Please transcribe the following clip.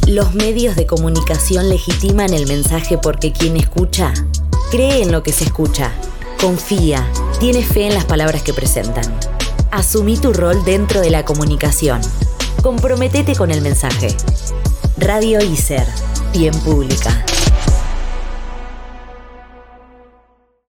Los medios de comunicación legitiman el mensaje porque quien escucha cree en lo que se escucha, confía, tiene fe en las palabras que presentan. Asumí tu rol dentro de la comunicación. Comprometete con el mensaje. Radio ISER, Bien Pública.